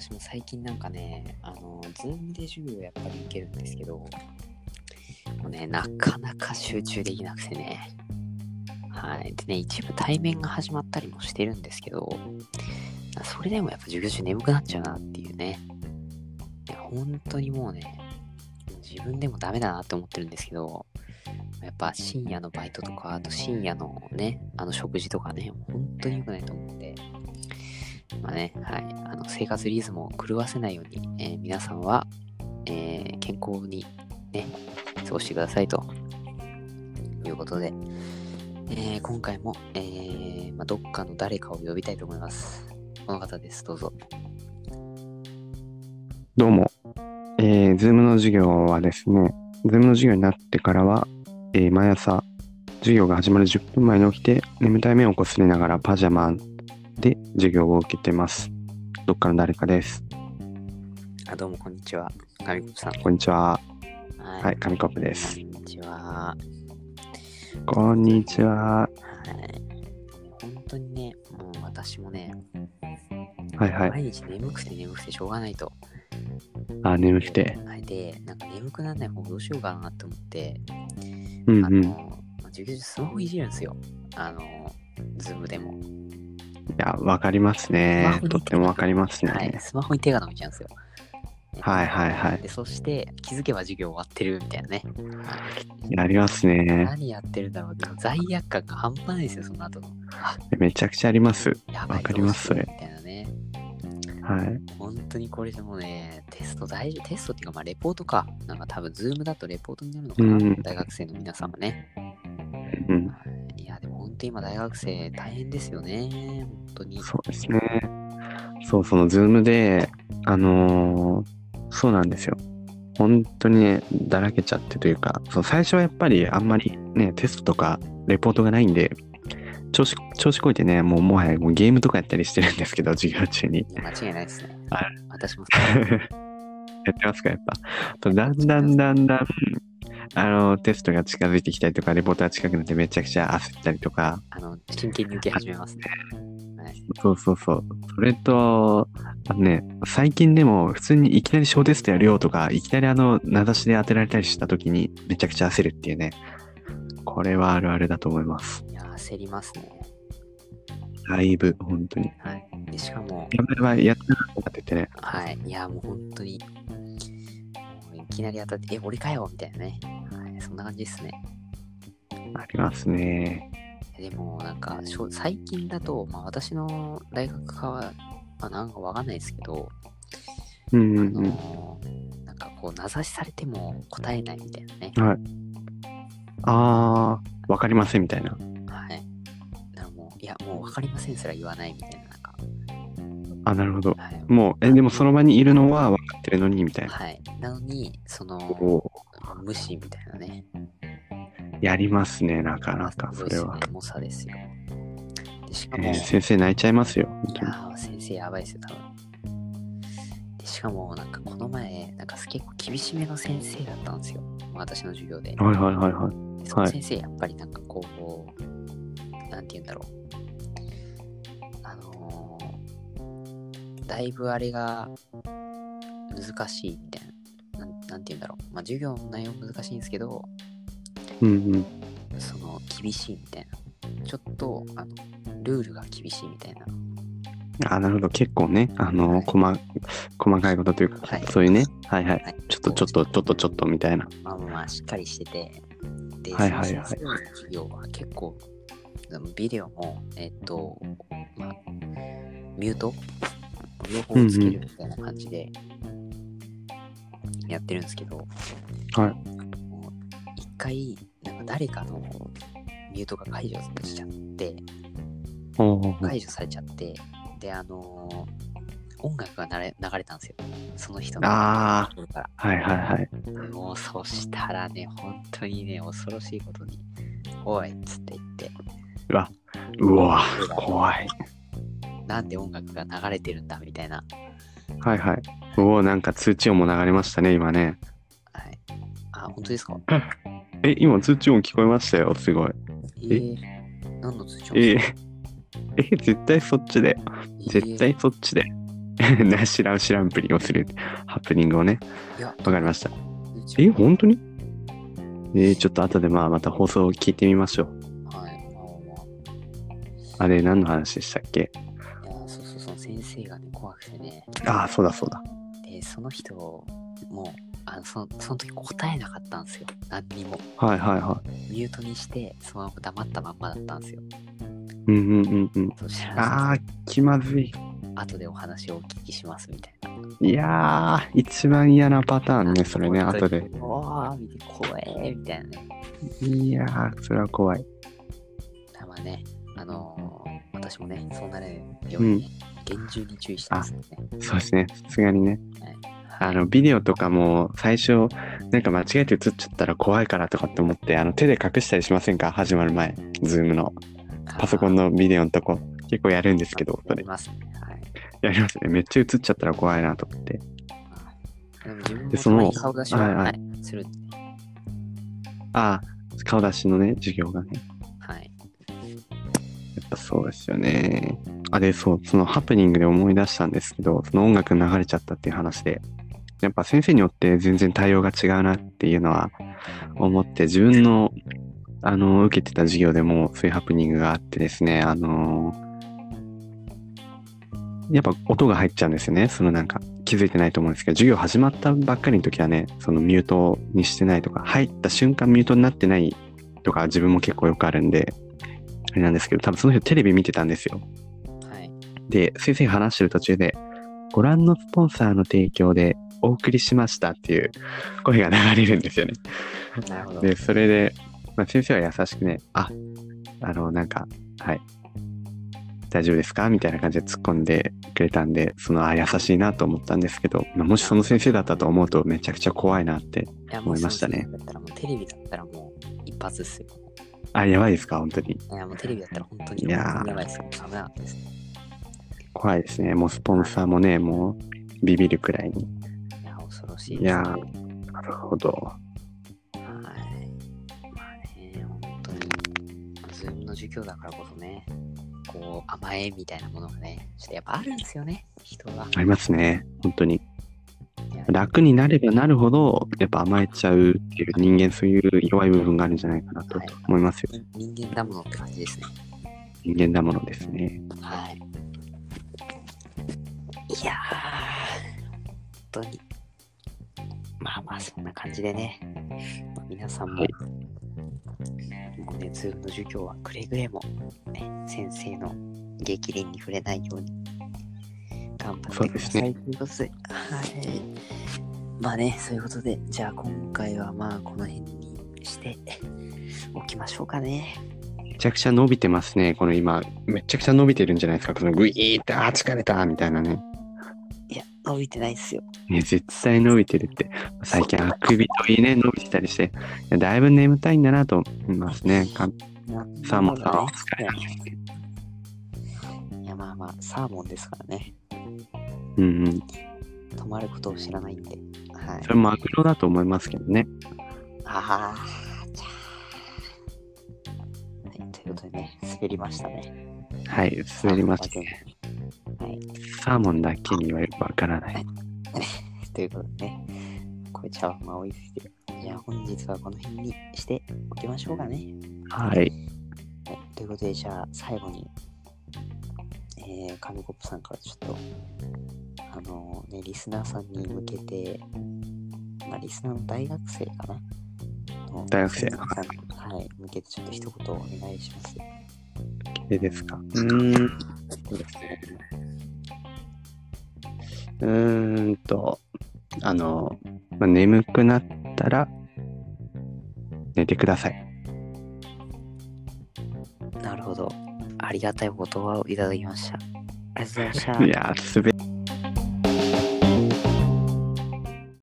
私も最近なんかね、ズームで授業やっぱり受けるんですけど、もうね、なかなか集中できなくてね。はい。でね、一部対面が始まったりもしてるんですけど、それでもやっぱ授業中眠くなっちゃうなっていうね。いや、本当にもうね、自分でもダメだなって思ってるんですけど、やっぱ深夜のバイトとか、あと深夜のね、食事とかね、本当に良くないと思うんで、まあね、はい、生活リズムを狂わせないように、皆さんは、健康にね、過ごしてくださいということで、今回も、どっかの誰かを呼びたいと思います。この方です。どうぞ。 どうも、Zoom の授業はですね、Zoom の授業になってからは、毎朝、授業が始まる10分前に起きて、眠たい目をこすりながらパジャマで授業を受けてます。どっかの誰かです。 どうも、こんにちは。神子さん。 こんにちは。 はい、 神コップです。 こんにちは。 こんにちは。 はい。本当にね、もう私もね、毎日眠くてしょうがないと。 眠くて。 で、なんか眠くならない方どうしようかなって思って、授業中スマホいじるんですよ。ズームでも。 いや、わかりますね。とってもわかりますね。 はい、スマホに手が伸びちゃうんですよ。で、そして気づけば授業終わってるみたいなね。 やりますね。 何やってるんだろうって罪悪感が半端ないですよ、その後の。 めちゃくちゃあります。 わかります、それ。みたいなね。 はい。 本当にこれでもね、テストっていうか、レポートか。なんか多分、ズームだとレポートになるのかな、大学生の皆さんはね。いや、でも本当に今大学生大変ですよね。本当に。 そうですね。そのズームで、そうなんですよ。本当にね、だらけちゃってというか、最初はやっぱりあんまりね、テストとかレポートがないんで、調子こいてね、もはやゲームとかやったりしてるんですけど、授業中に。 いや、間違いないですね。私もやってますか、やっぱ。だんだん、テストが近づいてきたりとか、レポートが近くなってめちゃくちゃ焦ったりとか。 真剣に受け始めますね。 そう。それと、最近でも普通にいきなり小テストやるよとか、いきなり名指しで当てられたりした時にめちゃくちゃ焦るっていうね。これはあるあるだと思います。 いや、焦りますね。 だいぶ、本当に。 はい。で、しかも、 やってなかったって言ってね。 はい。いや、もう本当に、いきなり当たって、俺かよみたいなね。はい。そんな感じですね。 ありますね。 でも、なんか、最近だと、私の大学は、なんかわかんないですけど、なんかこう、名指しされても答えないみたいなね。 はい。わかりませんみたいな。 はい。もうわかりませんすら言わないみたいな、なんか。 なるほど。はい、もう、でもその場にいるのは分かってるのにみたいな。 はい。なのに、無視みたいなね。 やりますね、なかなか、それは。 猛者ですよ。で、しかも、 先生泣いちゃいますよ。 いやー、先生やばいですよ、多分。で、しかも、なんかこの前、なんか結構厳しめの先生だったんですよ。私の授業で。 はい。 その先生、やっぱりなんかこう、なんて言うんだろう。だいぶあれが難しいみたいな。なんて言うんだろう。授業の内容難しいんですけど、厳しいみたいな。ちょっと、ルールが厳しいみたいな。 なるほど。結構ね、細かいことというか、そういうね、ちょっとみたいな。 しっかりしてて、で、その先生の授業は結構、ビデオも、ミュート両方つけるみたいな感じでやってるんですけど、一回、なんか誰かのミュートが解除されちゃって、で、音楽が流れたんですよ。その人のところから。もうそしたらね、本当にね、恐ろしいことに、おいっつって言って。 うわ、怖い。 なんで音楽が流れてるんだみたいな。 なんか通知音も流れましたね、今ね。 はい。本当ですか？ 今通知音聞こえましたよ、すごい。 何の通知音ですか？ 絶対そっちで。絶対そっちで。 知らん知らんぷりをするハプニングをね。 いや、 わかりました。 え本当に？ちょっと後でまた放送を聞いてみましょう。 はい、 あれ、何の話でしたっけ？ いや、そう、その先生がね、怖くてね。 ああ、そうだ。 で、その人、もう、その時答えなかったんですよ。何にも。 はい。 ミュートにして、そのまま黙ったまんまだったんですよ。そしたら、 気まずい。 後でお話をお聞きしますみたいな。 いやー、一番嫌なパターンね、それね、後で。 おー、見て、怖えみたいなね。 いやー、それは怖い。 まあね、私もね、そうなるようにね、厳重に注意してますね。 そうですね、さすがにね。 はい、 ビデオとかも最初、なんか間違えて映っちゃったら怖いからとかって思って、手で隠したりしませんか？始まる前、ズームの。パソコンのビデオのとこ、結構やるんですけど、それ。 やりますね。はい。 やりますね。めっちゃ映っちゃったら怖いなと思って。 でも自分もたまに顔出しは、するんで。 顔出しのね、授業がね。 はい。 やっぱそうですよね。そのハプニングで思い出したんですけど、その音楽流れちゃったっていう話で、やっぱ先生によって全然対応が違うなっていうのは思って、自分の、受けてた授業でもそういうハプニングがあってですね、やっぱ音が入っちゃうんですよね。なんか気づいてないと思うんですけど、授業始まったばっかりの時はね、そのミュートにしてないとか、入った瞬間ミュートになってないとか自分も結構よくあるんで、あれなんですけど、多分その人テレビ見てたんですよ。 はい。で、 先生が話してる途中で、ご覧のスポンサーの提供でお送りしましたっていう声が流れるんですよね。 なるほど。 で、それで、先生は優しくね、なんか、はい、大丈夫ですかみたいな感じで突っ込んでくれたんで、優しいなと思ったんですけど、もしその先生だったと思うとめちゃくちゃ怖いなって思いましたね。 テレビだったらもう一発ですよ。 やばいですか本当に。 いや、もうテレビだったら本当にやばいですよ。危なかったですね。 怖いですね。もうスポンサーもね、もうビビるくらいに。いや、恐ろしいですね。 なるほど。 はい。まあね、本当に、ズームの授業だからこそね、こう、甘えみたいなものがね、ちょっとやっぱあるんですよね、人が。 ありますね、本当に。楽になればなるほど、やっぱ甘えちゃうっていう人間、そういう弱い部分があるんじゃないかなと思いますよ。 人間だものって感じですね。 人間だものですね。 はい。いやー、本当に。まあそんな感じでね、皆さんも、もうね、ズームの授業はくれぐれも、ね、先生の激励に触れないように頑張ってくださいということで、はい。まあね、そういうことで、じゃあ今回はこの辺にしておきましょうかね。 めちゃくちゃ伸びてますね。この今、めちゃくちゃ伸びてるんじゃないですか。そのグイーって、疲れたみたいなね。 いや、伸びてないっすよ。 ね、絶対伸びてるって。最近あくびといいね、伸びてたりして、だいぶ眠たいんだなと思いますね。サーモンさんは疲れたんですね。 いや、サーモンですからね。止まることを知らないんで。はい。 それマグロだと思いますけどね。 はい、ということでね、滑りましたね。 はい、滑りましたね。はい。サーモンだけにはよくわからない。 ということでね、これ茶碗が多いですけど、じゃあ本日はこの辺にしておきましょうかね。 はい。 ということで、じゃあ最後に、紙コップさんからちょっと、リスナーさんに向けて、リスナーの大学生かな大学生はい、向けてちょっと一言お願いします。 ですか。眠くなったら寝てください。 なるほど。ありがたいお言葉をいただきました。ありがとうございました。 いやー、